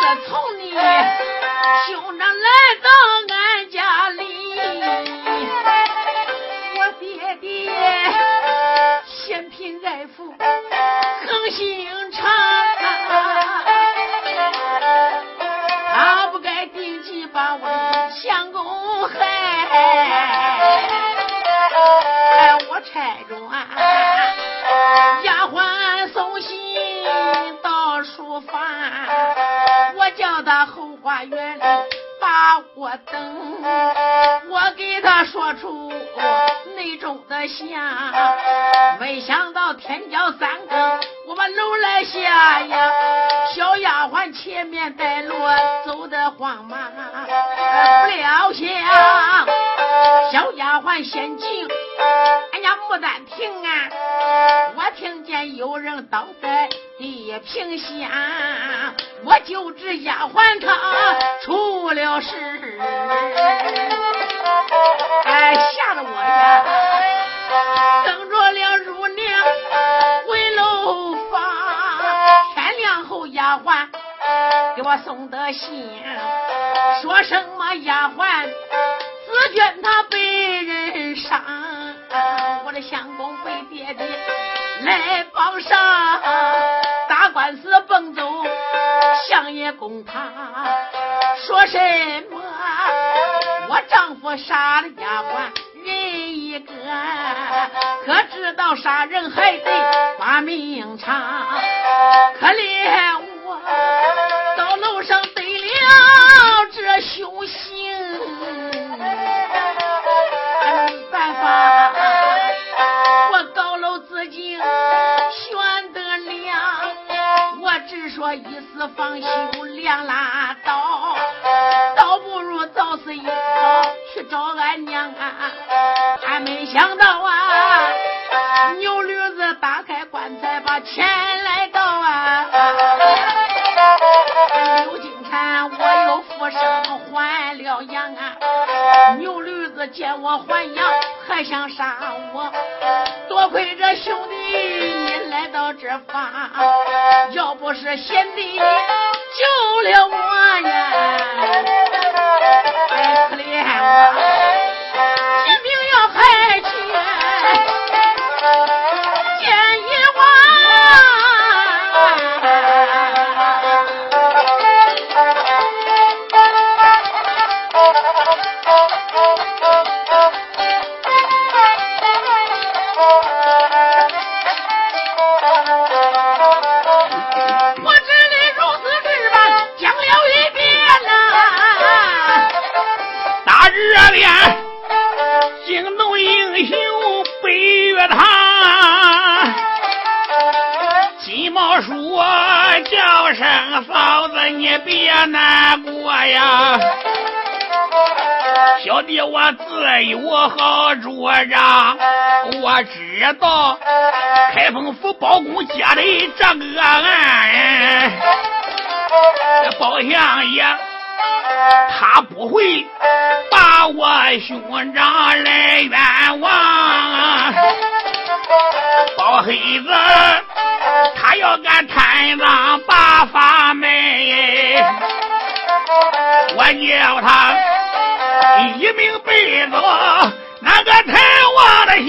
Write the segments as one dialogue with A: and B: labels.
A: 从你兄长来到俺家里，我爹爹嫌贫爱富横心肠，他不该定计把我的相公害，我差中丫鬟送信到书房，我叫他后花园里把我等，我给他说出内中的想，没想到天将三更我把楼来下呀，小丫鬟前面带路走得慌忙，不料想小丫鬟先进俺家牡丹亭啊，我听见有人倒在地平下，我就知丫鬟她出了事，吓得我呀跟着了乳娘回楼房，天亮后丫鬟给我送的信，说什么丫鬟自觉他被人伤，我的相公被爹爹来帮上，打官司奔走相爷公他说什么我丈夫杀了丫鬟人一个，可知道杀人还得把命偿，可怜我到楼上得了这凶行，没办法我高楼自尽选得了，我只说一死方休两拉倒，倒不如早死一朝去找俺娘啊，还没想到牛驴子打开棺材把钱来到刘金蝉我又复生还了羊牛驴子见我还阳还想杀我，多亏这兄弟你来到这方，要不是贤弟救了我呀，可怜我一命要害去见一嫂子你别难过呀，小弟我自有好主张，我知道开封府包公接的这个案，包相爷他不会把我兄长来冤枉，包黑子他要敢贪赃把法没，我叫他一命背走那个贪我的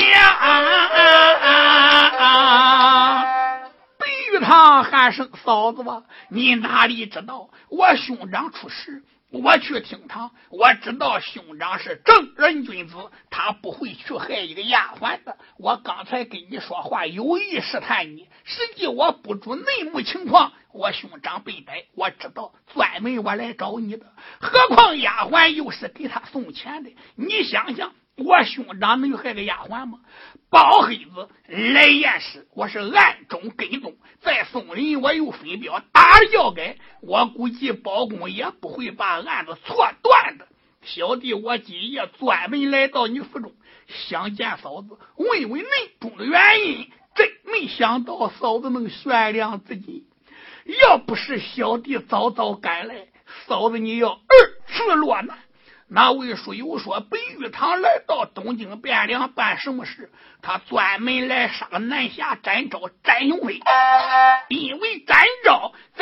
A: 相。白玉堂喊声嫂子吧，你哪里知道我兄长出事，我去听他，我知道兄长是正人君子，他不会去害一个丫鬟的。我刚才跟你说话有意试探你，实际我不知内幕情况，我兄长被逮，我知道专门我来找你的，何况丫鬟又是给他送钱的，你想想我兄长能害个丫鬟吗？包黑子来验尸，我是暗中跟踪，在松林我又分表打了要改，我估计包公也不会把案子错断的。小弟我今夜专门来到你府中，想见嫂子，问问内中的原因，真没想到嫂子能悬梁自尽。要不是小弟早早赶来，嫂子你要二次落难。那位书友说白玉堂来到东京汴梁办什么事，他专门来杀南下展昭展雄飞，因为展昭在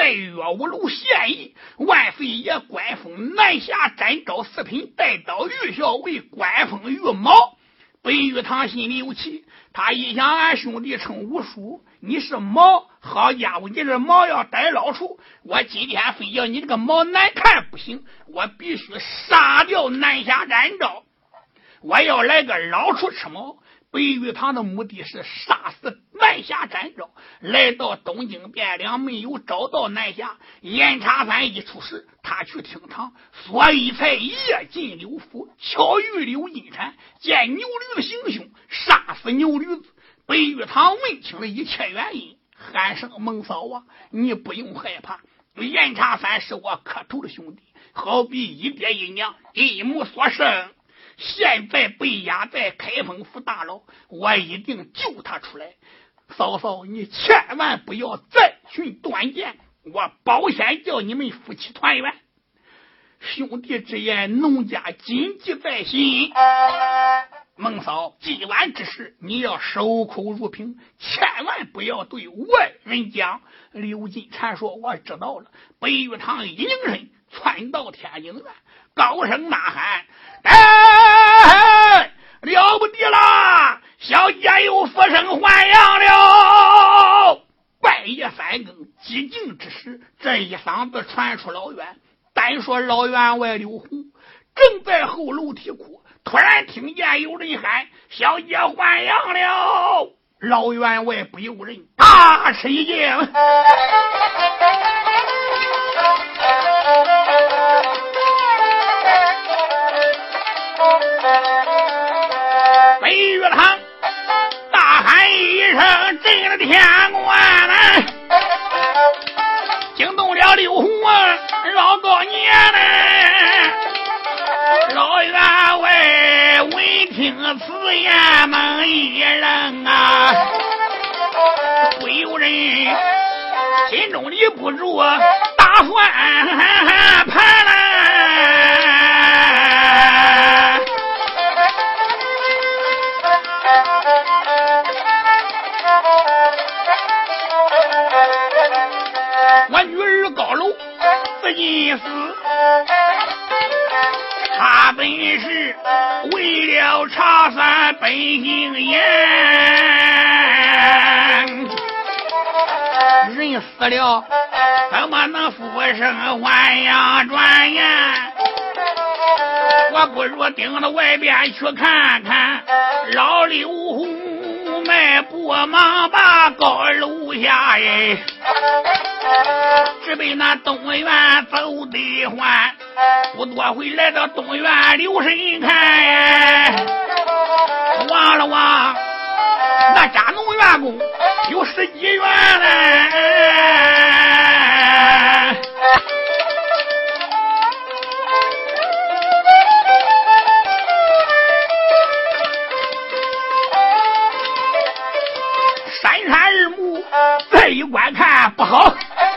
A: 在岳武楼现役，万岁爷官封南下展昭四品带刀御校尉，官封御毛。白玉堂心里有气，他一想，俺兄弟称五叔，你是毛，好家伙，你这毛要逮老处，我今天非要你这个毛难看不行，我必须杀掉南下展昭，我要来个老处吃毛。白玉堂的目的是杀死南下展昭，来到东京汴梁没有找到南下，严查三一出事，他去厅堂，所以才夜进刘府，巧遇刘金蝉，见牛驴的行凶，杀死牛驴子。白玉堂问清了一切原因，喊声孟嫂啊，你不用害怕，严查三是我磕头的兄弟，好比一爹一娘，一母所生，现在被押在开封府大牢，我一定救他出来。嫂嫂，你千万不要再寻断剑，我保险叫你们夫妻团圆。兄弟之言，农家谨记在心。孟嫂，今晚之事你要守口如瓶，千万不要对外人讲。刘金蝉说：“我知道了。”白玉堂一拧身，窜到天津院，高声呐喊：“哎，了不得啦！小姐有福生还阳了！”半夜三更寂静之时，这一嗓子传出老远。单说老员外刘洪正在后楼啼哭，突然听见有人喊：“小姐还阳了！”老员外不由人大吃一惊。白玉堂大喊一声，震了天关了，惊动了刘洪啊，老高年呢。老员外闻听此言猛一愣啊，不由人心中里不住打算盘了。我女儿高楼自尽死，他本是为了查三本性言，人死了怎么能复生还阳转眼？我不如盯到外边去看看。老刘洪迈步忙把高楼下哎，只被那东院走得欢，不多会来到东院留神看，望了望那家农员工有10几员呢。三山二目再一观看不好，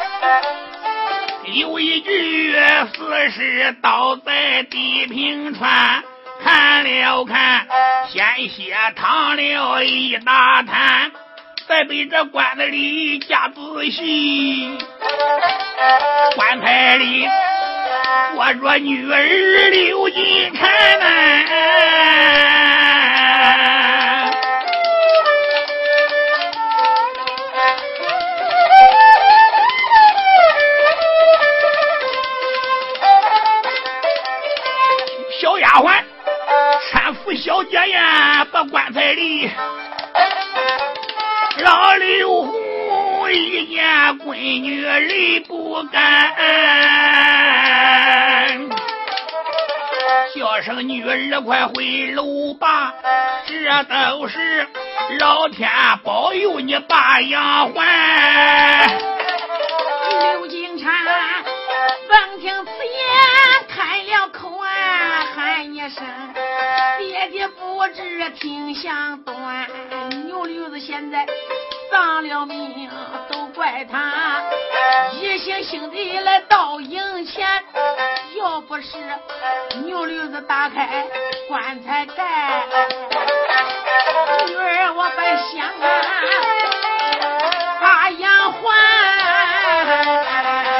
A: 有一句死尸倒在地平川，看了看鲜血淌了一大滩，再被这棺材里加仔细，棺材里坐着女儿刘金蝉小丫鬟搀扶小姐呀，把棺材里老刘洪一见闺女泪不干，叫声女儿快回楼吧，这都是老天保佑你把养还。
B: 刘金蝉闻听此言，开了口喊一声：“爹爹不知听相端，牛驴子现在丧了命，都怪他一心心地来到营前，要不是牛驴子打开棺材盖，女儿我本想把养还。”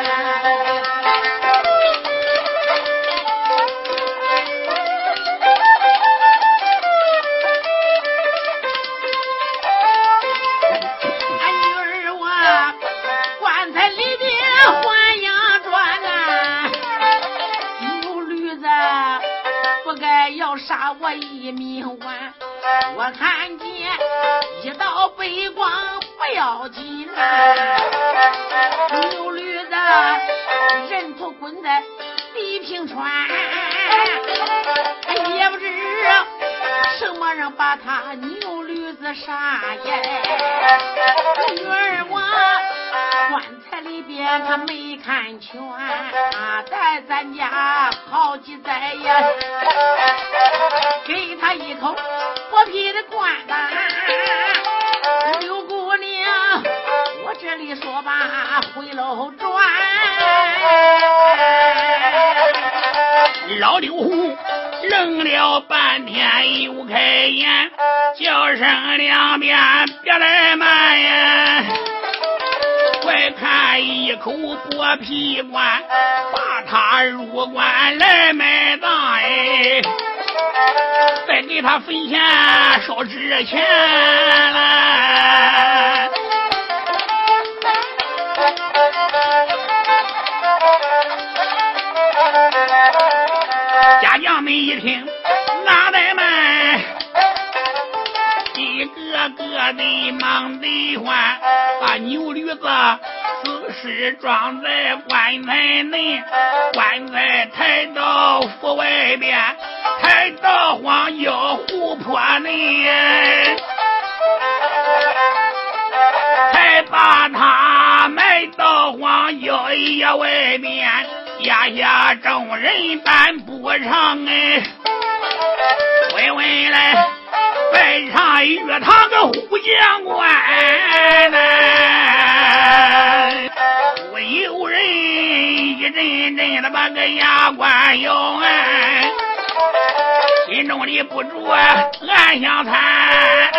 B: 杀我一命完。我看见一道背光不要紧牛驴子人头滚在地平川，也不知什么人把他牛驴子杀耶。女儿我棺材里边他没看全，在咱家好几载呀，给他一口剥皮的棺材。刘姑娘，我这里说吧回楼转。
A: 老刘虎愣了半天又开眼，叫声两边别来慢呀，快看一口剥皮棺，把他入棺来埋葬哎，再给他分钱烧纸钱了。家将们一听哪怠慢，一个个的忙得欢，把牛驴子死尸装在棺材内，棺材抬到府外边，抬到荒郊湖泊内，才把他埋到荒郊野外边，压下众人办不成哎，回回来摆上岳堂个虎将官呢，我有人一阵阵的把个牙关咬哎，心中里不住暗想惨。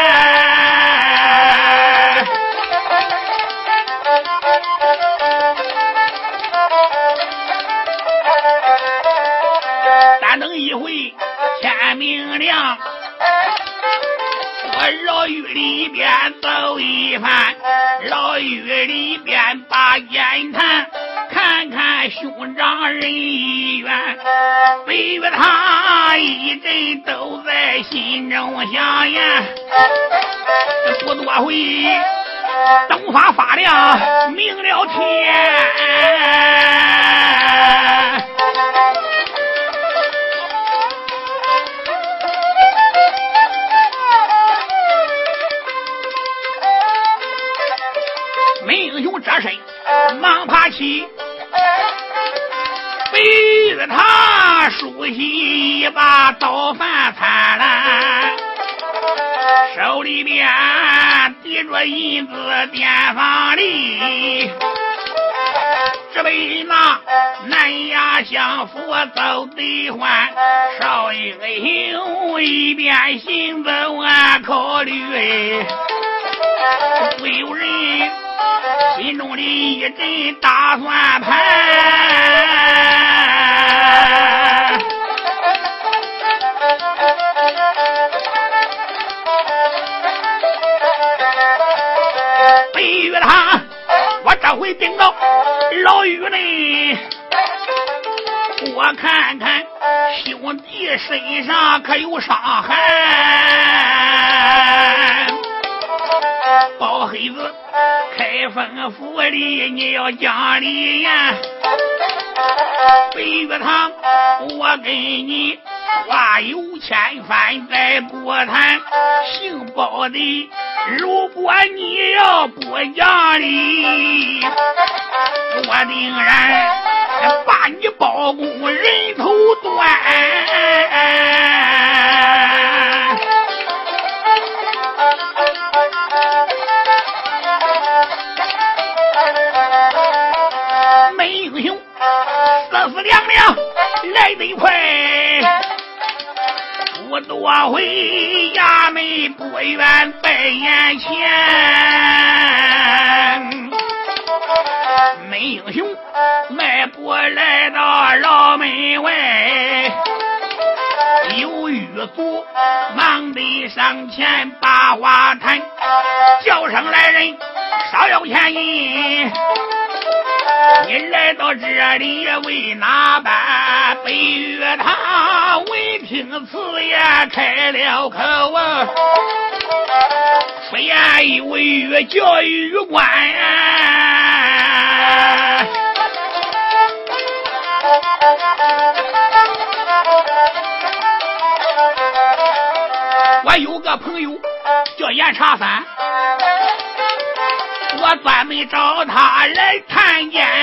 A: 但等一回天明亮，我牢狱里边走一番，牢狱里边把言谈，看看兄长人意愿，北岳他一阵都在心中想呀，不多会灯发发亮明了天，英雄这身忙爬起，北岳他梳洗一把刀饭餐了，手里边提着银子店房里，这杯那南衙相府走得欢，少英雄一边行走考虑，不有人心中里一阵打算盘，北岳堂我这回顶到牢狱内，我看看兄弟身上可有伤痕，包黑子开封府里你要讲理呀，北岳堂我给你话有千番再不谈，姓包的如果你要不讲理，我定然把你包公人头断。美英雄四四两两来得快，不多回衙门不远在眼前，美英雄迈步来到牢门外，有狱卒忙得上前把话谈，叫声来人少要钱银， 你来到这里为哪般？北岳堂闻听此言开了口啊，出言一位教育官我有个朋友叫严茶三，我专门找他来探监。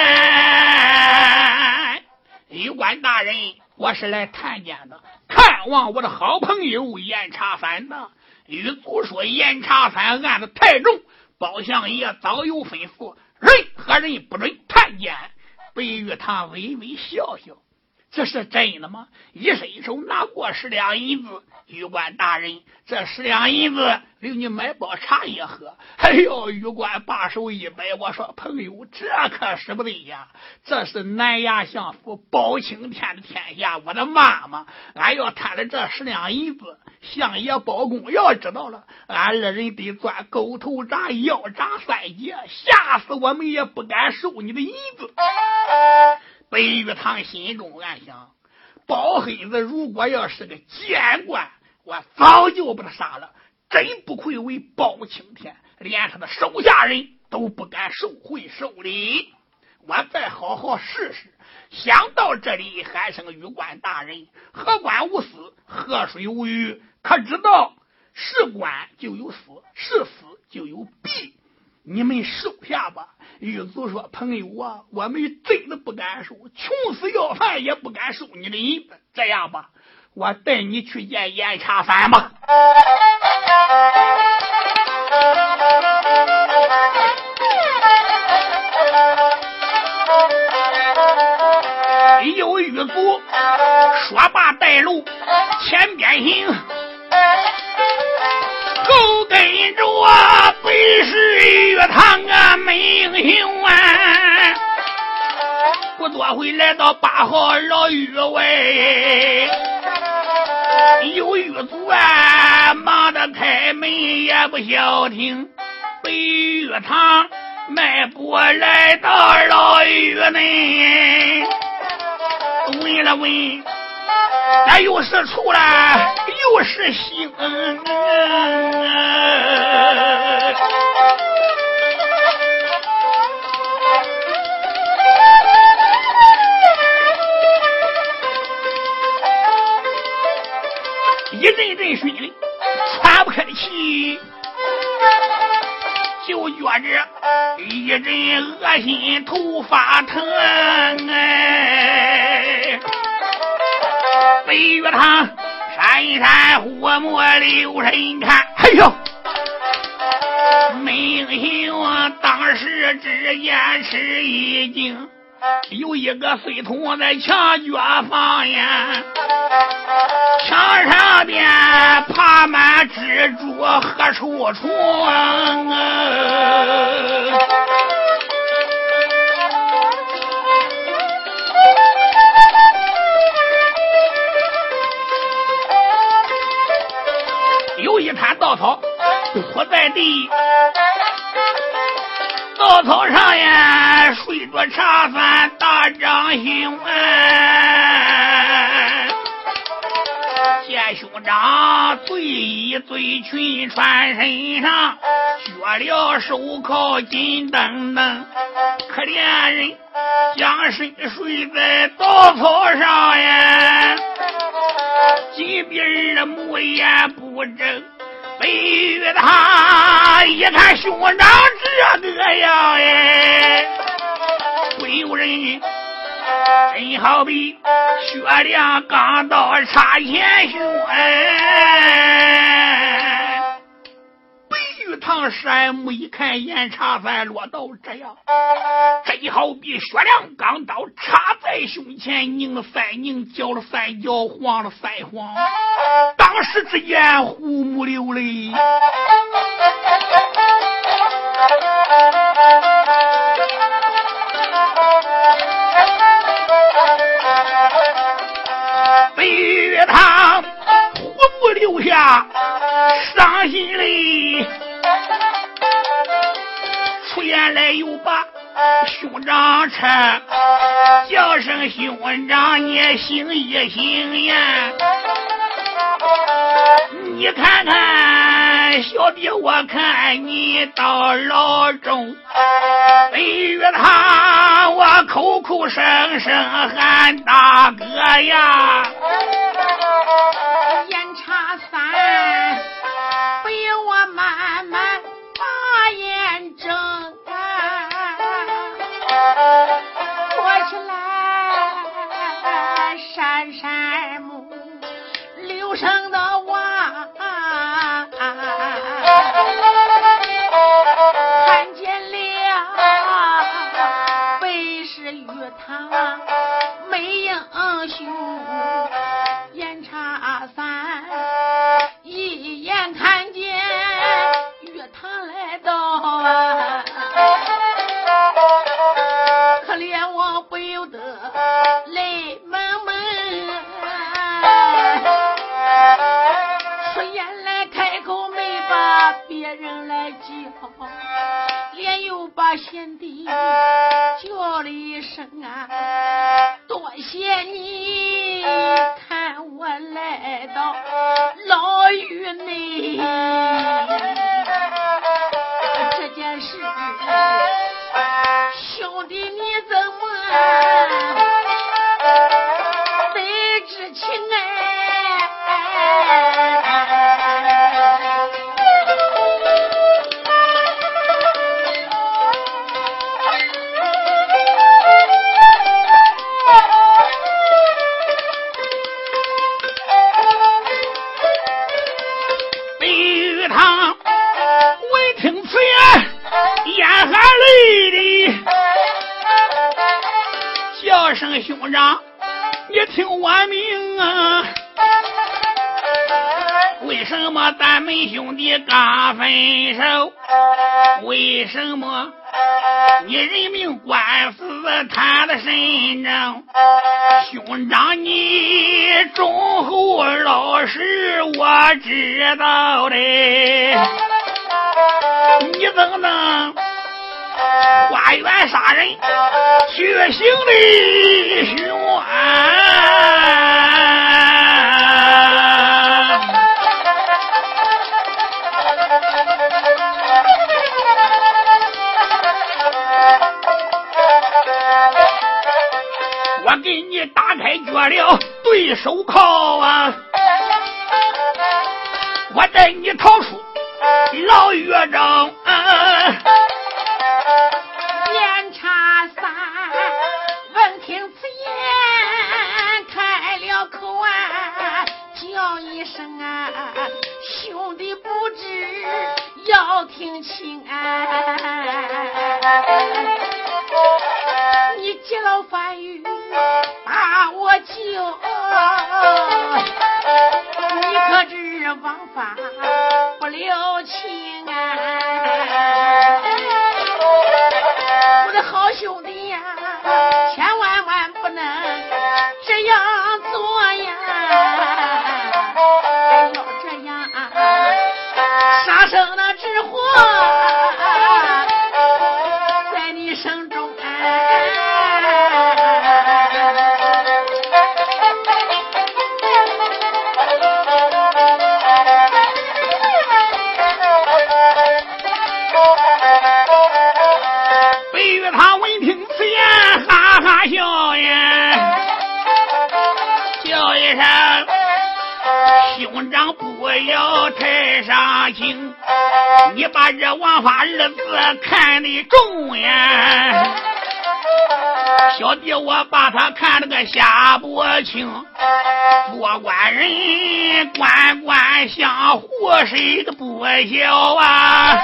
A: 玉官大人，我是来探监的，看望我的好朋友严茶三的。狱卒说严茶三案子太重，包相爷早有吩咐，任何人不准探监。北玉堂微微笑笑，这是真的吗？一伸手拿过10两银子，玉官大人，这10两银子留你买包茶叶喝。哎呦，玉官把手一摆，我说朋友，这可使不对呀，这是南衙相府包青天的天下，我的妈妈，俺要贪了这10两银子，相爷包公要知道了，俺2人得钻狗头铡腰铡3节，吓死我们也不敢收你的银子。北玉堂心中暗想，包黑子如果要是个奸官，我早就把他杀了，真不愧为包青天，连他的手下人都不敢受贿受礼。我再好好试试。想到这里，喊声玉官大人，何官无私，河水无鱼，可知道是官就有私，是私就有弊，你们收下吧。狱卒说，朋友啊，我们真的不敢收，穷死要饭也不敢收你的银子。这样吧，我带你去见严茶三吧。有狱卒说罢带路前边行，后跟着我北市岳堂啊门英雄啊，不多会来到8号老狱外，有狱卒啊忙得开门也不消停，北岳堂迈步来到老狱内，问了问，这又是出了又是兴，一阵阵水里喘不开气，就觉着一阵恶心头发疼。北岳堂闪闪火墨留神看，哎呦，门英雄当时只见吃一惊，有一个随从在墙角放呀，墙上边爬满蜘蛛和臭虫有一滩稻草铺在地，稻草上呀睡着茶三大长兄见兄长醉衣醉裙穿身上，脚了手铐紧蹬蹬，可怜人将身睡在稻草上呀，金鼻儿的目眼不睁。北岳堂一看兄长这个样哎，会有人真好比血量刚到插前胸哎。北岳堂山木一看严茶三落到这样，真好比血量刚刀插在胸前，拧了3拧，搅了3搅，晃了3晃，当时之间虎目流泪。北岳堂虎目流下伤心泪，出言来又把兄长吃，叫声兄长，你行一行呀。你看看小弟，我看你到牢中，对于他我口口声声喊大哥呀。
B: 严查三被我慢慢把眼睁啊，说起来闪闪目刘生的娃，看见了本是与他没英雄，严查三一眼看见与他来到啊，可怜我不由得泪蒙蒙，说言来开口没把别人来叫，连又把贤弟叫了一声啊，多谢你看我来到牢狱内，这件事兄弟你怎么得知情
A: 声兄长，你听我命啊！为什么咱们兄弟刚分手？为什么你人命官司谈得甚重？兄长你忠厚老实，我知道的。你怎么能花园杀人，血腥的凶案？我给你打开脚了对手铐啊！我带你逃出牢狱中啊！
B: 严查三闻听此言，开了口啊，叫一声啊，兄弟不知要听清啊！你劫牢犯狱把我救，你可知枉法不留情啊！我的好兄弟呀，千万不能这样做呀！要这样杀生的之祸在你手中
A: 笑呀，叫一声兄长不要太伤心，你把这王法二字看得重呀。小弟我把他看了个下不清，做官人官官相护，谁个不晓啊？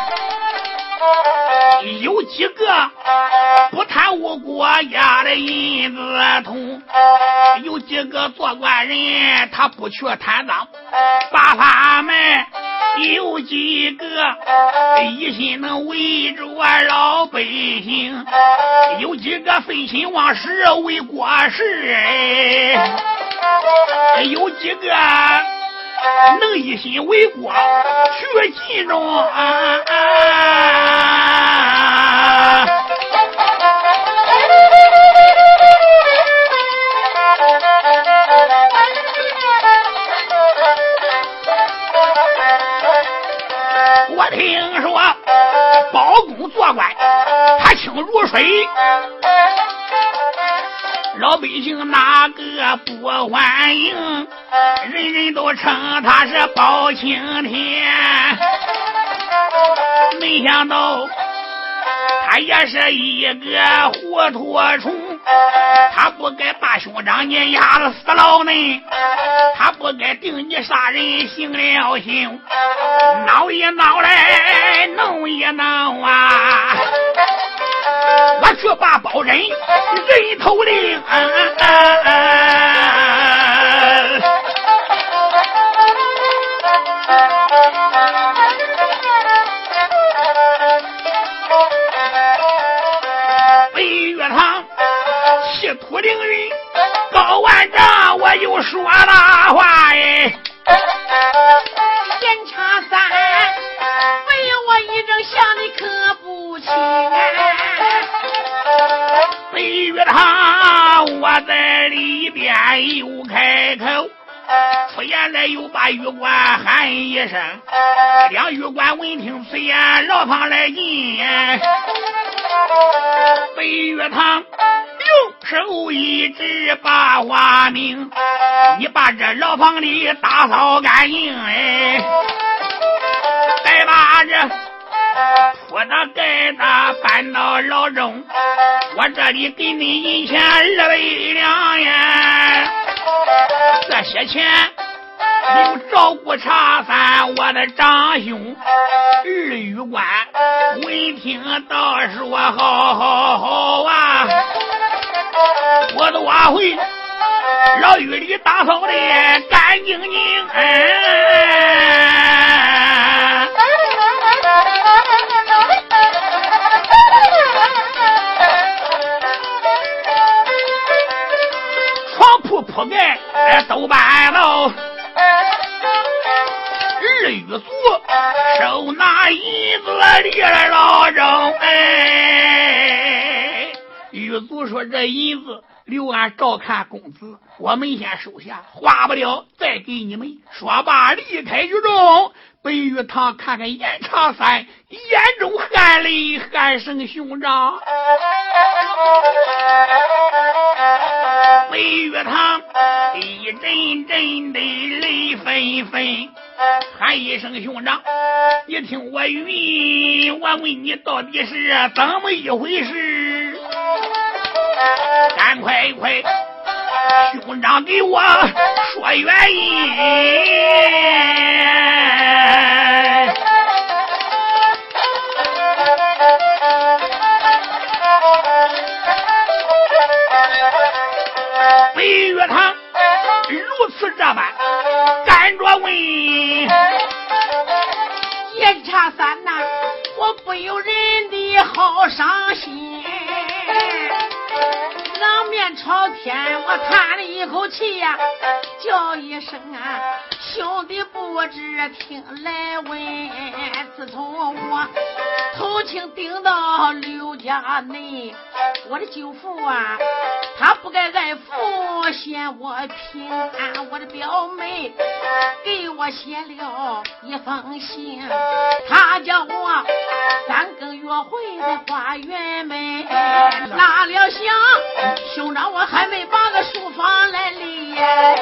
A: 有几个不贪污国家的银子桶，有几个做官人他不去贪赃把他们，有几个一心能围着老百姓，有几个废寝忘食为国事，有几个能一心为国去尽忠做官，他清如水。老百姓哪个不欢迎？人人都称他是包青天。没想到他也是一个糊涂虫，他不该把兄长你压了死牢呢，他不该定你杀人行了刑，闹也闹来，弄也闹啊！我去把包拯人头领，北岳堂气土凌云，高万丈我又说大话哎。
B: 闲茶三，为我一整想你可不清。
A: 北岳堂我在里边又开口，出言来又把狱官喊一声，两狱官闻听此言，牢房来进。北岳堂用手一指把话明，你把这牢房里打扫干净哎，再把这铺的盖的搬到牢中，我这里给你银钱200两呀，这些钱有照顾茶饭我的长兄。二狱官闻听到说好好好啊，我多回牢狱里打扫的干净净床铺铺盖都搬到，二狱卒手拿银子离了牢中哎。狱卒说这银子留俺照看公子，我们先收下，花不了再给你们。说罢离开狱中。北岳堂看看严长三，眼中含泪，喊声兄长。北岳堂一阵阵的泪纷纷，喊一声兄长，你听我语音，我问你到底是怎么一回事？赶快兄长给我说原因。北岳堂如此这般赶着问，
B: 严茶三呐，我不由人的好伤心，仰面朝天我叹了一口气呀，叫一声啊，兄弟不知听来问，自从我头青顶到刘家内，我的舅父啊，他不该爱父嫌我平安，我的表妹给我写了一封信，他叫我3更约会在花园门，哪料想兄长我还没把个书房来立，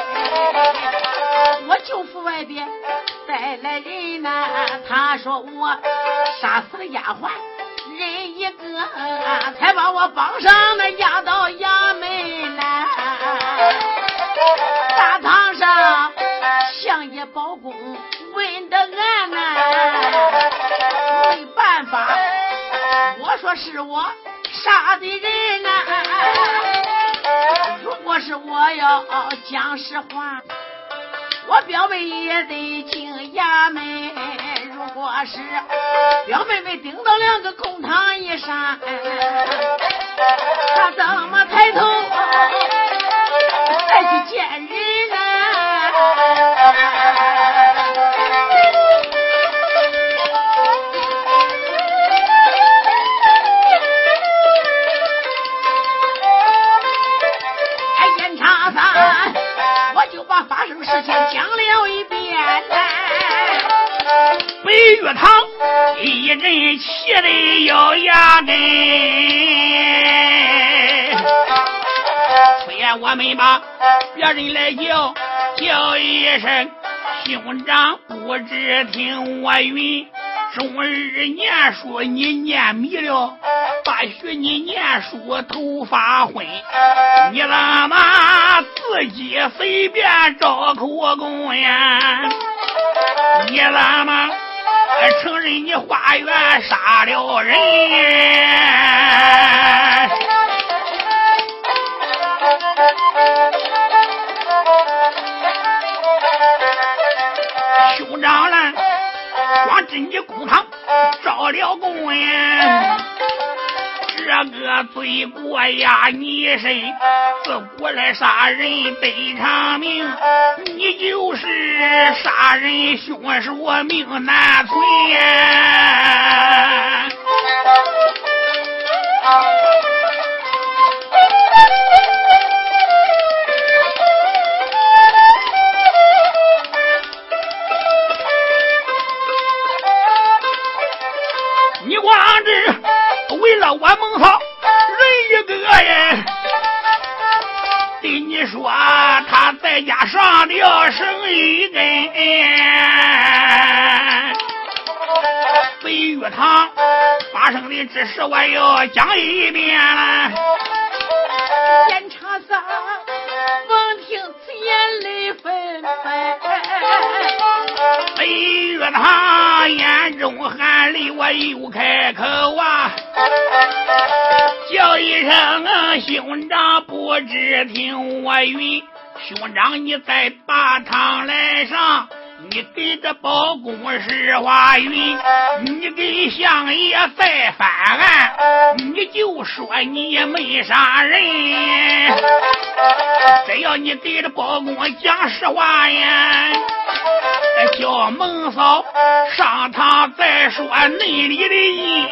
B: 我舅父外边带来人呐，他说我杀死了丫鬟人一个，才把我绑上那押到衙门呐，大堂上相爷包公问的俺呐，没办法，我说是我杀的人呐，如果是我要讲实话，我表妹也得进衙门，如果是表妹妹顶到2个公堂以上，他怎么抬头再去见人呢？严长三，我就把发生事情讲了一遍。北
A: 北岳堂一阵气得咬牙根，虽然我们把别人来叫一声兄长，不知听我云，终日念书你念迷了，大学你念书头发昏，你怎么自己随便找口供呀？你怎么承认你花园杀了人？兄长了，光知你公堂招了供呀，这个罪过呀你身，自古来杀人得偿命，你就是杀人凶手命难存呀。你光知为了我蒙草人一个人，对你说他在家上吊生一根，北玉堂发生的之事我要讲一遍了。
B: 检察长闻听此言泪纷纷，
A: 北玉堂眼中含泪，我又开口啊，叫一声兄长，不知听我云，兄长你在大堂来上，你给这包公实话云，你给相爷再翻案，你就说你没杀人，只要你给这包公讲实话呀，叫孟嫂上堂再说内里的意。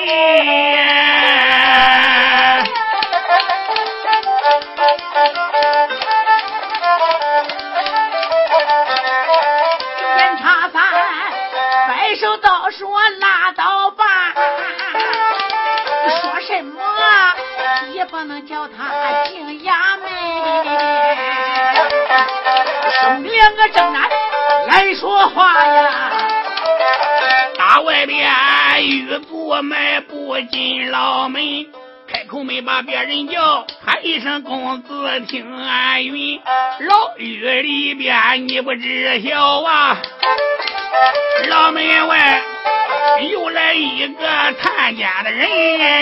B: 检察官摆手道说拉倒吧，说什么也不能叫他进衙门，兄弟两个正南来说话呀，
A: 大外边狱卒迈步进牢门，开口没把别人叫，喊一声公子听俺云，牢狱里边你不知晓啊，牢门外又来一个探监的人，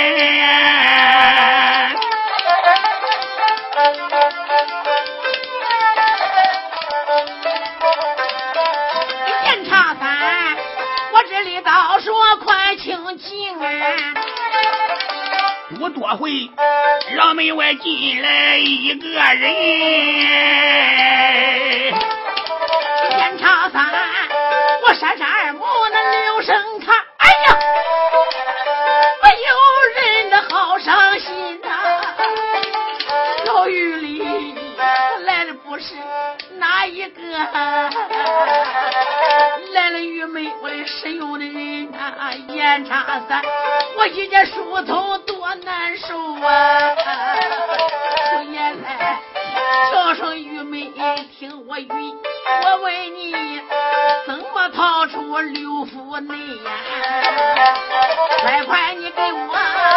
B: 检察官我这里倒说快请进，
A: 不多会牢门外进来一个人，
B: 检察官我闪闪二目那留神看，哎呀我有人的好伤心呐，牢狱里来的不是哪一个，来了愚昧我的使用的人呐，检察官我一见书头多难受啊，我原来叫声愚昧听我云，我问你怎么逃出刘府内呀，快快你给我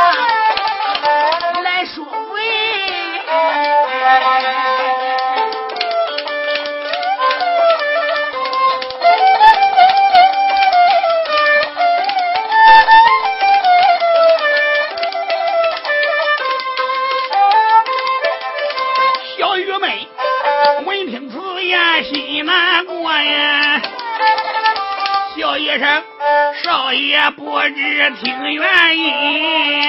B: 来说问。
A: 小玉妹闻听此言心难过呀，笑一声少爷不知听原因，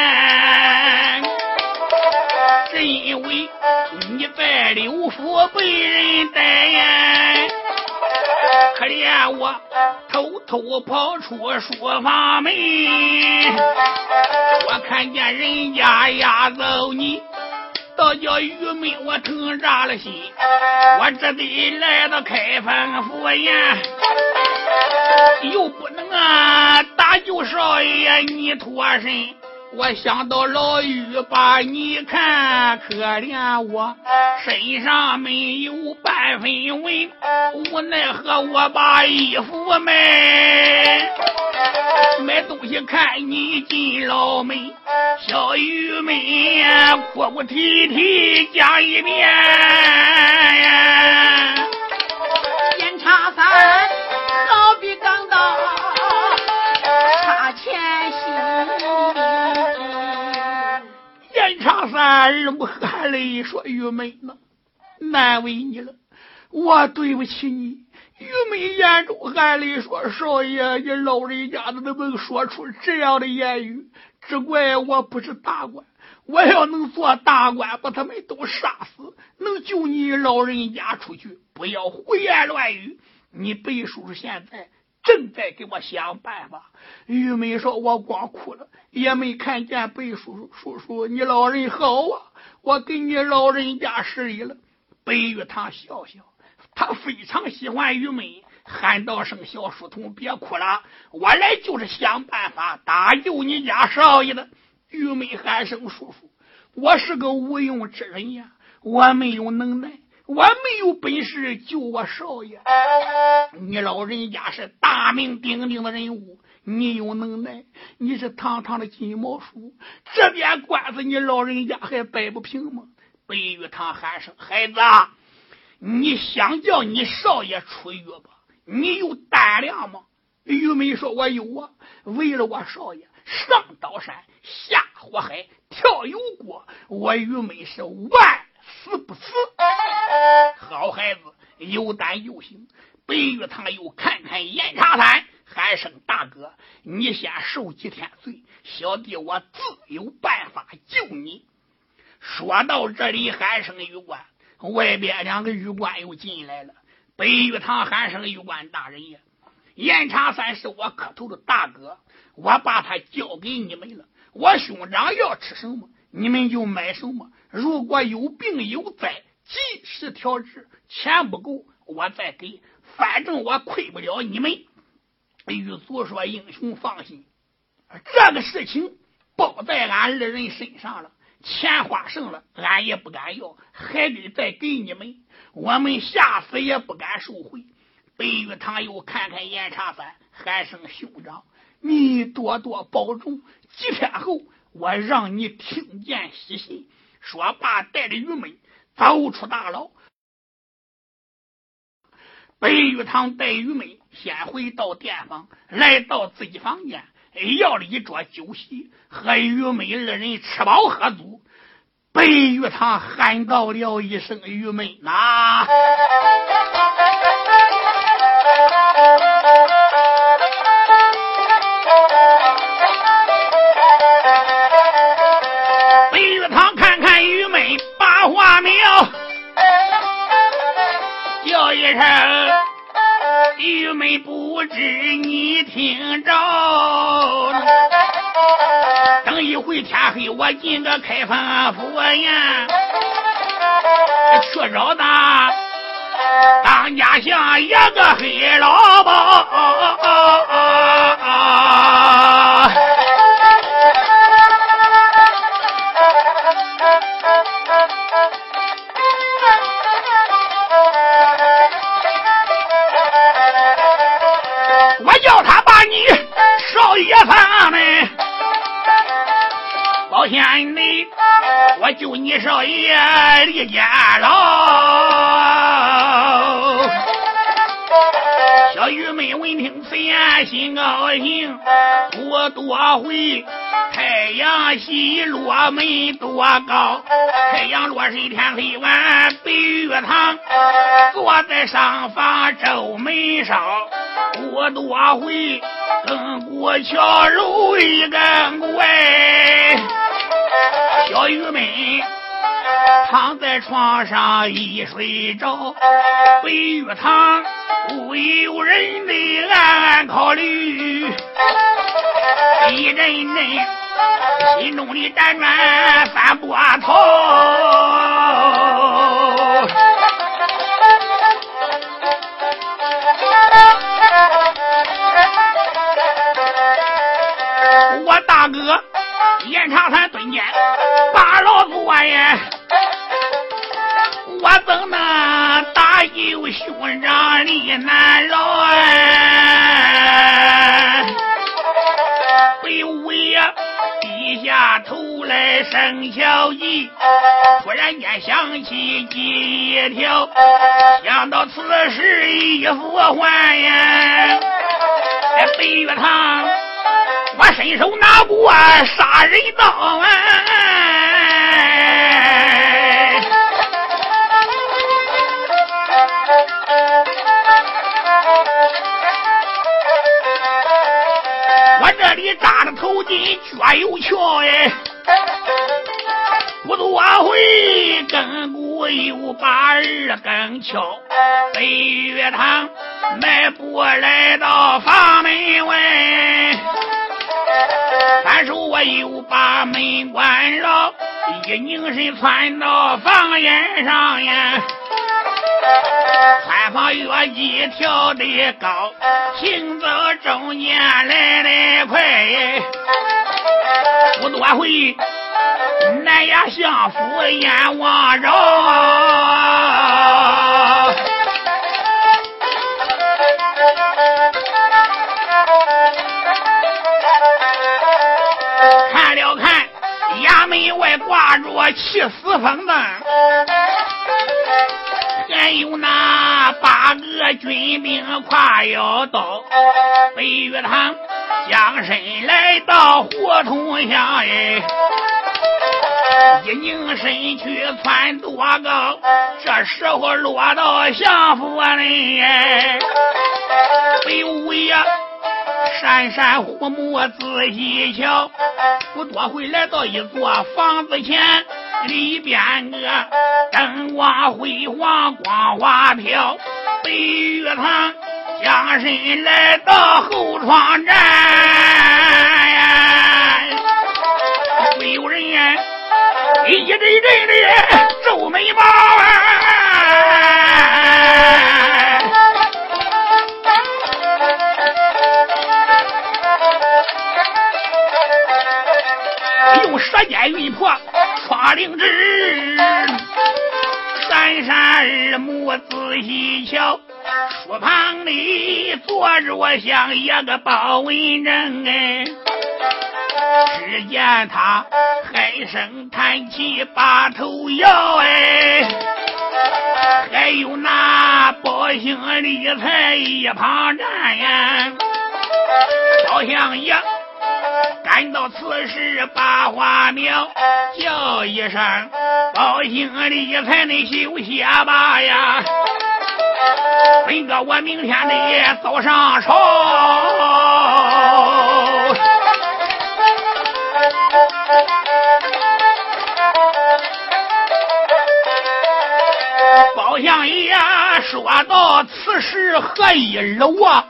A: 是因为你在刘府被人逮呀，可怜我偷偷跑出书房门，我看见人家押走你到到叫玉梅我疼炸了心，我这得来到开封府呀，又不能打救少爷你脱身。我想到老玉把你看，可怜我身上没有半分文，无奈何我把衣服买东西看你进牢门。小玉妹哭哭啼啼讲一遍，
B: 严查三好比钢刀插前心。
A: 严查三忍不含泪说：“玉梅呢，难为你了，我对不起你。”玉梅眼中含泪说：“少爷，你老人家怎么能说出这样的言语？只怪我不是大官，我要能做大官，把他们都杀死，能救你老人家出去。不要胡言乱语。你贝叔叔现在正在给我想办法。”玉梅说：“我光哭了，也没看见贝叔叔，你老人好啊，我给你老人家施礼了。”贝玉堂笑笑，他非常喜欢玉梅，喊道声：“小书童别哭了，我来就是想办法搭救你家少爷的。”玉梅喊声：“叔叔，我是个无用之人呀，我没有能耐，我没有本事救我少爷。你老人家是大名鼎鼎的人物，你有能耐，你是堂堂的金毛叔，这边官司你老人家还摆不平吗？”贝玉堂喊声：“孩子啊，你想叫你少爷出狱吧？你有胆量吗？”玉梅说：“我有啊，为了我少爷，上刀山下火海跳油锅，我玉梅是万死不死。”好孩子，有胆有行。贝玉堂又看看严查三，喊声：“大哥，你先受几天罪，小弟我自有办法救你。”说到这里，喊声：“玉官！”外边两个玉官又进来了。贝玉堂喊声：“玉官大人呀，严查三是我磕头的大哥，我把他交给你们了。我兄长要吃什么，你们就买什么。如果有病有灾，及时调治，钱不够我再给，反正我亏不了你们。”狱卒说：“英雄放心，这个事情包在俺二人身上了。钱花剩了，俺也不敢要，还得再给你们。我们下死也不敢收回。”贝玉堂又看看严查三，喊声：“兄长，你多多保重。几天后，我让你听见喜信。”说罢，带着玉梅走出大牢。贝玉堂带玉梅先回到店房，来到自己房间，要了一桌酒席，和玉梅二人吃饱喝足。贝玉堂喊道了一声：“玉梅呐！”贝玉堂看看玉梅把话苗，叫一声：“玉梅不知你听着。等一回天黑，我进个开封府呀，去找他当家像一个黑老包。”我叫他把你少爷放呢，保险内我救你少爷离监牢。小玉梅闻听此言，心高兴，我多回太阳西落没多高，太阳落水天黑晚，北玉堂坐在上方皱眉梢，我多回跟过桥揉一根骨小玉梅躺在床上一睡着，北玉堂不由人的暗暗考虑，一阵阵心中的辗转翻波涛。 你难饶北武呀低下头来生巧计，突然间想起计一条，想到此时一副还呀，北岳堂我伸手拿过杀人刀我这里扎着头巾脚有鞘不多会根骨又把二根敲，北岳堂迈步来到房门外，反手我又把门关了，一拧身窜到房檐上呀，穿房越级跳得高，行走中间来得快，不多会南衙相府阎王绕，看了看衙门外挂着气死风灯，还有那8个军兵挎腰刀，北岳堂将身来到胡同乡一拧身去窜多高，这时候落到相府里北武呀闪闪虎目仔细瞧，不多会来到一座房子前，里边个灯光辉煌光华飘，北岳堂将身来到后窗站会有人一阵阵的皱眉毛用舌尖晕破窗棂纸，闪闪耳目仔细瞧，书旁里坐着像一个包文正只见他唉声叹气把头摇还有那包兴理财一旁站呀，好像也感到此时把话苗，叫一声包兴理财你休息吧呀，本个我明天得早上朝。包相爷说到此时何以楼啊，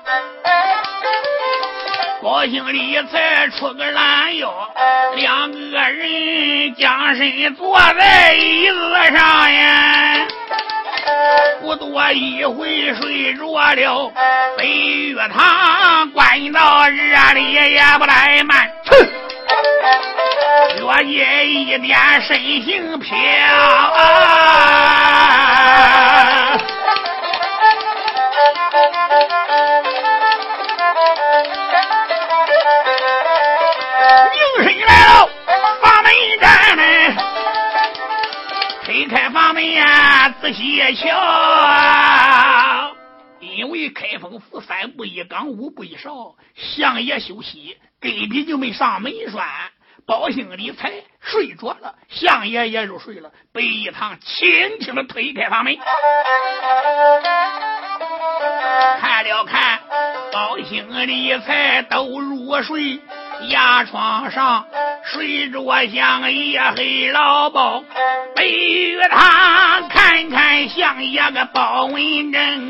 A: 高兴里才出个拦腰，2个人将身坐在椅子上呀，不多一会睡着了，北岳堂关到热里也不怠慢，越界一点身形飘拧身来了房门站门，推开房门呀仔细瞧，因为开封府3步1岗5步1哨，相爷休息根本就没上门栓，包兴理财睡着了，相爷也入睡了，北一堂轻轻的推开房门，看了看包兴理财都入睡，牙床上睡着像一黑老包，北岳堂看看像一个包文正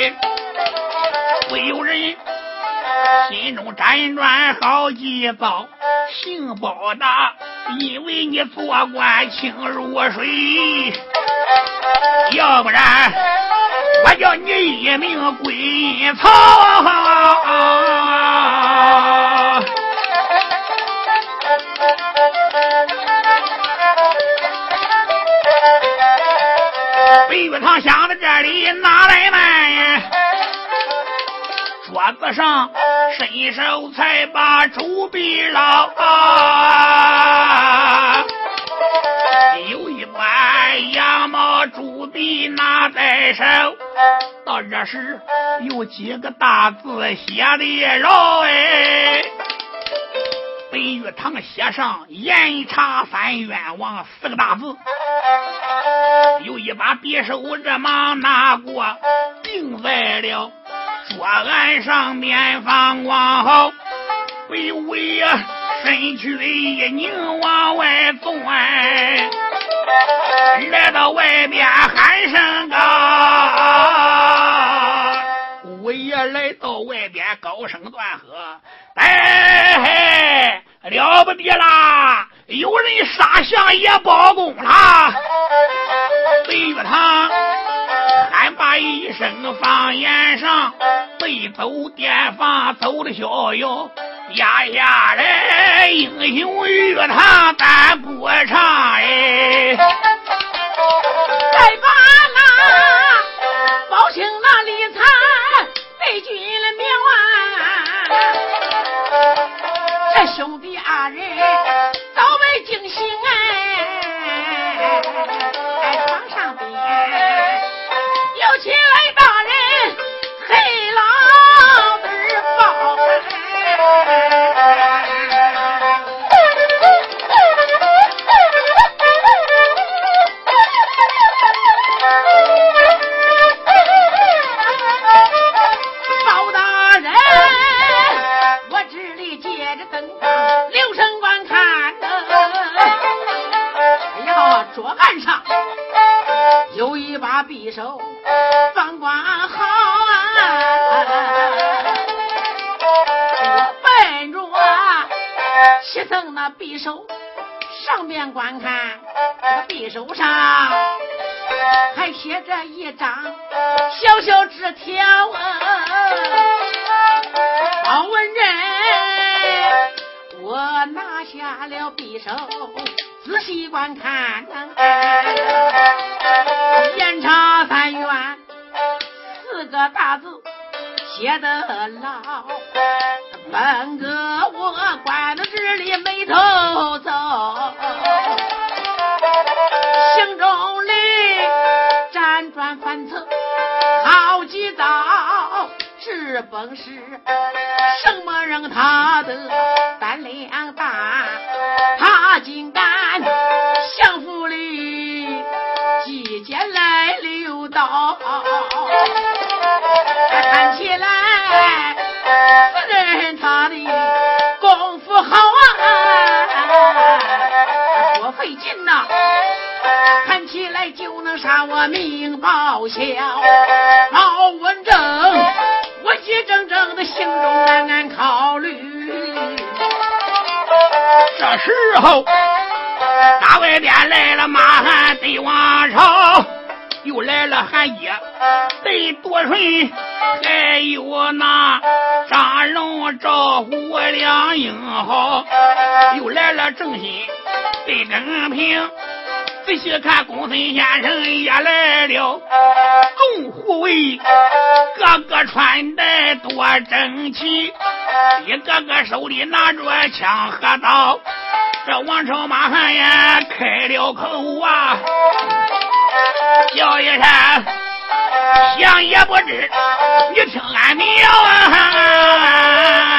A: 会有人心中辗转好几遭，姓包的因为你做官轻如水，要不然我叫你一命归阴曹北岳堂想到这里哪来慢桌子上伸手才把周臂捞啊，有一碗羊毛猪臂拿在手，到这时有几个大字写的绕哎，北玉堂写上严查三冤枉4个大字，有一把匕首这忙拿过，钉在了桌案上面放往后，北魏啊身躯一拧往外钻，来到外边喊声高，魏爷来到外边高声断喝，哎，了不得啦，有人杀相爷包公啦！北玉堂喊罢一声放言上，背走殿房走的逍遥，压下来英雄玉堂咱不唱哎，
B: 再把那包青那李残被军了灭亡，这兄弟二人早被惊醒哎，在床上边又起来大人黑老子抱包大人，我这里借着灯光留神观看哎呀，桌案上有一把匕首放挂好我奔着七层那匕首上边观看，这个匕首上还写着一张小小纸条包文人，我拿下了匕首仔细观看，严查三冤4个大字写得牢，本个我关到这里没头走，行中里辗转反侧好几遭，是本是什么人他的胆量大，他竟敢相府里击剑来溜刀，看起来此人他的功夫好啊，多费劲呐，看起来就能杀我命报销。包文正我一整整的心中暗暗考虑，
A: 这时候大外边来了马汉对王朝，又来了韩爷对多顺，还有那张龙赵虎两英豪，又来了郑新对郑平，仔细看公孙先生也来了，众护卫个个穿戴多整齐，一个个手里拿着枪和刀，这王朝马汉也开了口啊，叫一声想也不知，你听俺苗啊！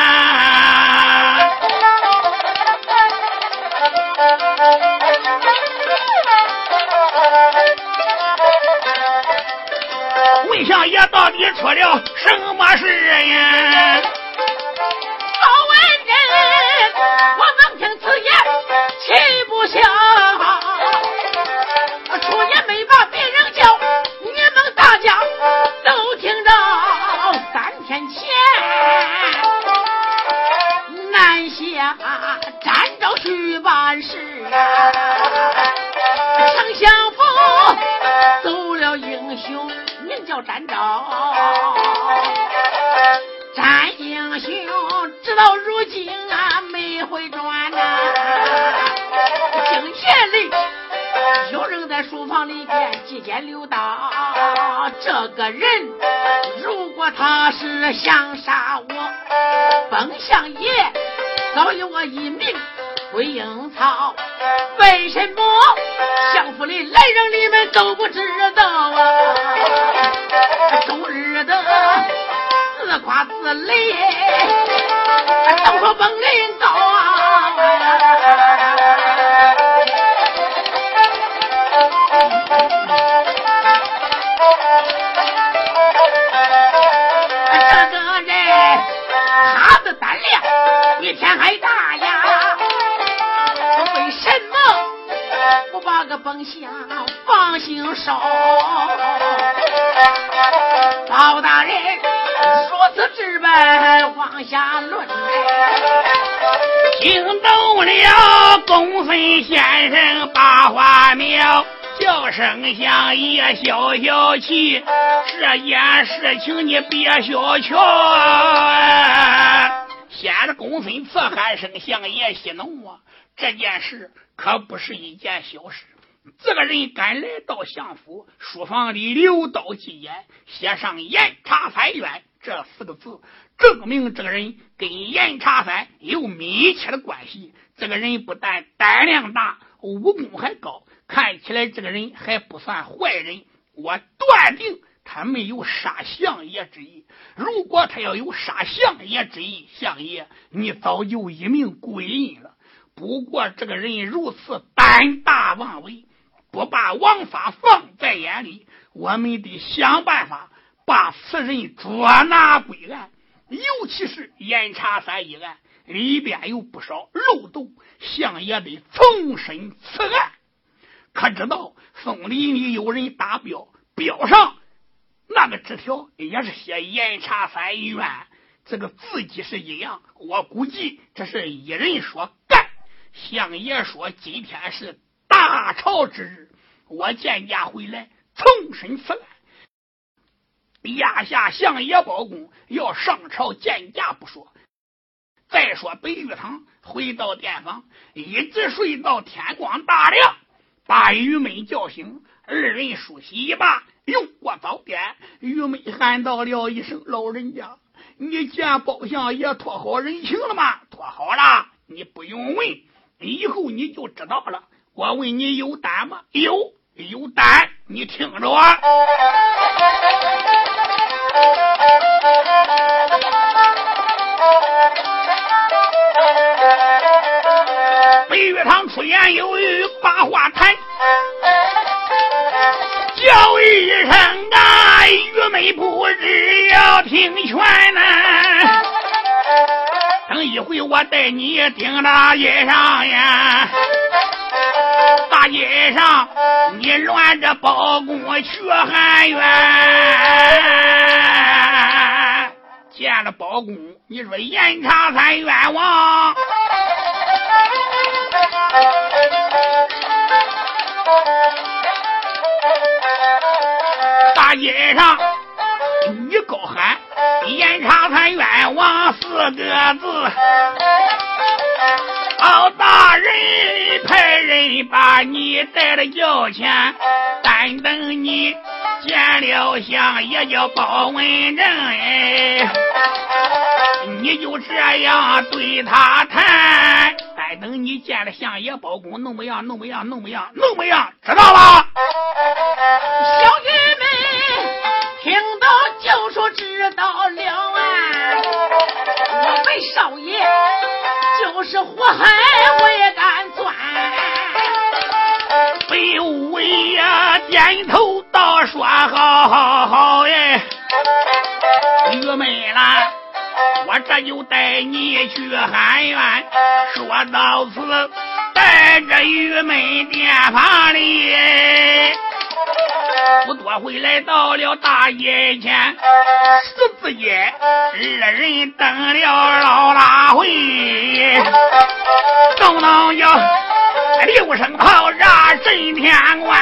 A: 问相爷到底出了什么事呀？
B: 包文人，我闻听此言气不消，出也没把别人叫，你们大家都听着，3天前南下展昭去办事丞相府走了英雄名叫展昭，展英雄直到如今没回转呐，京县里有人在书房里边几间溜达，这个人如果他是想杀我，本相爷早有我一命归阴曹，为什么相府里来人你们都不知道啊？终日的自夸自擂，都说本领高啊！这个人他的胆量比天还大呀！为什么不把个本相放心烧？包大人如此之本往下论，
A: 惊动了公孙先生把话苗，叫声相爷消消气，这件事情你别小瞧。显得公孙次喊声相爷息怒啊，这件事可不是一件小事。这个人敢来到相府，书房里溜刀记眼，写上严查三院这4个字，证明这个人跟严查三有密切的关系。这个人不但胆量大，武功还高，看起来这个人还不算坏人。我断定他没有杀相爷之意。如果他要有杀相爷之意，相爷你早就一命归阴了。不过这个人如此胆大妄为，不把王法放在眼里，我们得想办法把此人捉拿归案。尤其是严查三一案里边有不少漏洞，相爷得重审此案。可知道松林里有人打表，表上那个纸条也是写严查三院，这个字迹是一样，我估计这是一人所干。相爷说今天是大朝之日，我见驾回来重审此案。压下相爷包公要上朝见驾不说，再说北玉堂回到店房，一直睡到天光大亮，把玉梅叫醒，二人梳洗一罢，用过早点。玉梅喊道了一声：“老人家，你见包相爷托好人情了吗？”“托好了，你不用问，以后你就知道了。我问你有胆吗？”“有胆，你听着啊。”北岳堂出言有语把话谈，叫一声啊，玉梅不知要听劝呢。等一回我带你顶大街上呀，大街上你乱着包公去喊冤，见了包公你说严查三冤枉。大街上你高喊严查三冤枉4个字，包大人派人把你带了轿前，但等你见了相也叫包文正，你就这样对他谈。但等你见了相爷包公，弄不样，知道了？
B: 小玉们听到就说知道了啊！我们少爷就是火海我也敢钻。
A: 北五位呀点头道说好耶，玉梅啦，我这就带你去喊冤。说到此，带着玉梅店房里，不多回来到了大街前，十字街二人登了老大会，动动就6声炮炸震天关。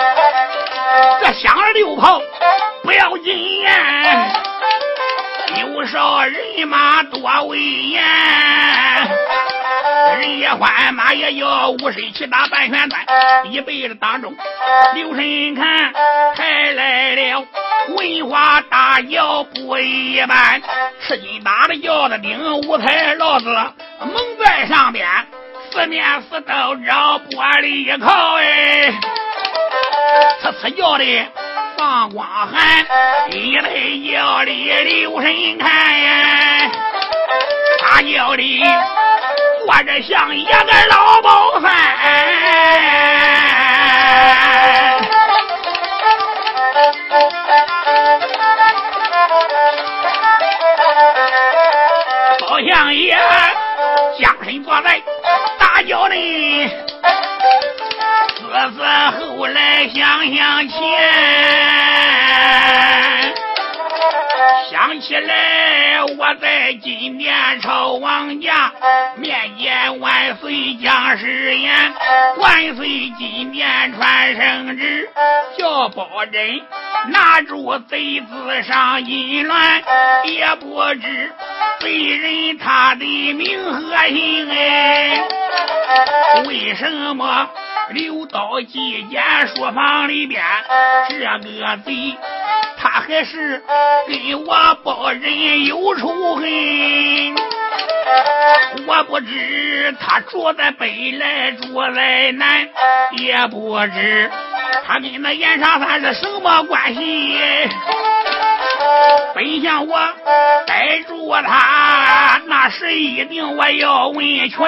A: 这响了6炮不要紧呀，有马多威严，人也欢，马也叫，五水去打半旋转，一辈子当中，留神看，抬来了文化大轿不一般，赤金打的轿子顶，五彩烙子蒙在上边，四面四斗绕玻璃靠哎，呲叫的放光寒，一类轿里留神看呀，大轿里坐着像一个老包饭，包相爷将身坐在大轿里，思思后来想想前，想起来我在金殿朝王家面见万岁将誓言，万岁金殿传圣旨，叫包拯拿住贼子上阴乱，也不知贼人他的名和姓哎，为什么留到祭监书房里边，这个贼他还是跟我包人有仇恨，我不知他住在北来住在南，也不知他跟那严长三是什么关系，本想我逮住他，那时一定我要问全，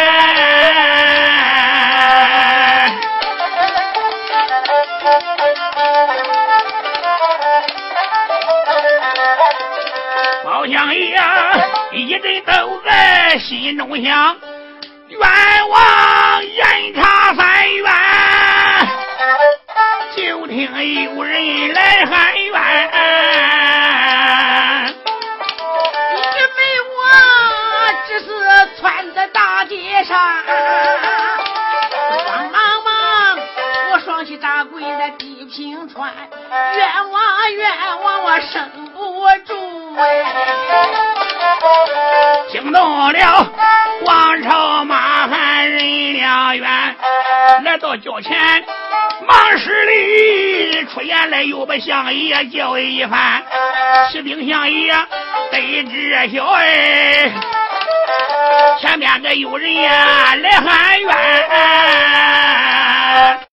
A: 包相爷一直都在心中想，冤枉严查三冤，就听有人来喊冤，
B: 因为我只是窜在大街上，慌忙忙我双膝扎跪在地平川，冤枉冤枉我生不住哎，
A: 惊动了王朝马汉人两员，来到轿前忙施礼，出言来又把相爷叫一番，启禀相爷得知晓哎，前边个有人呀来喊冤，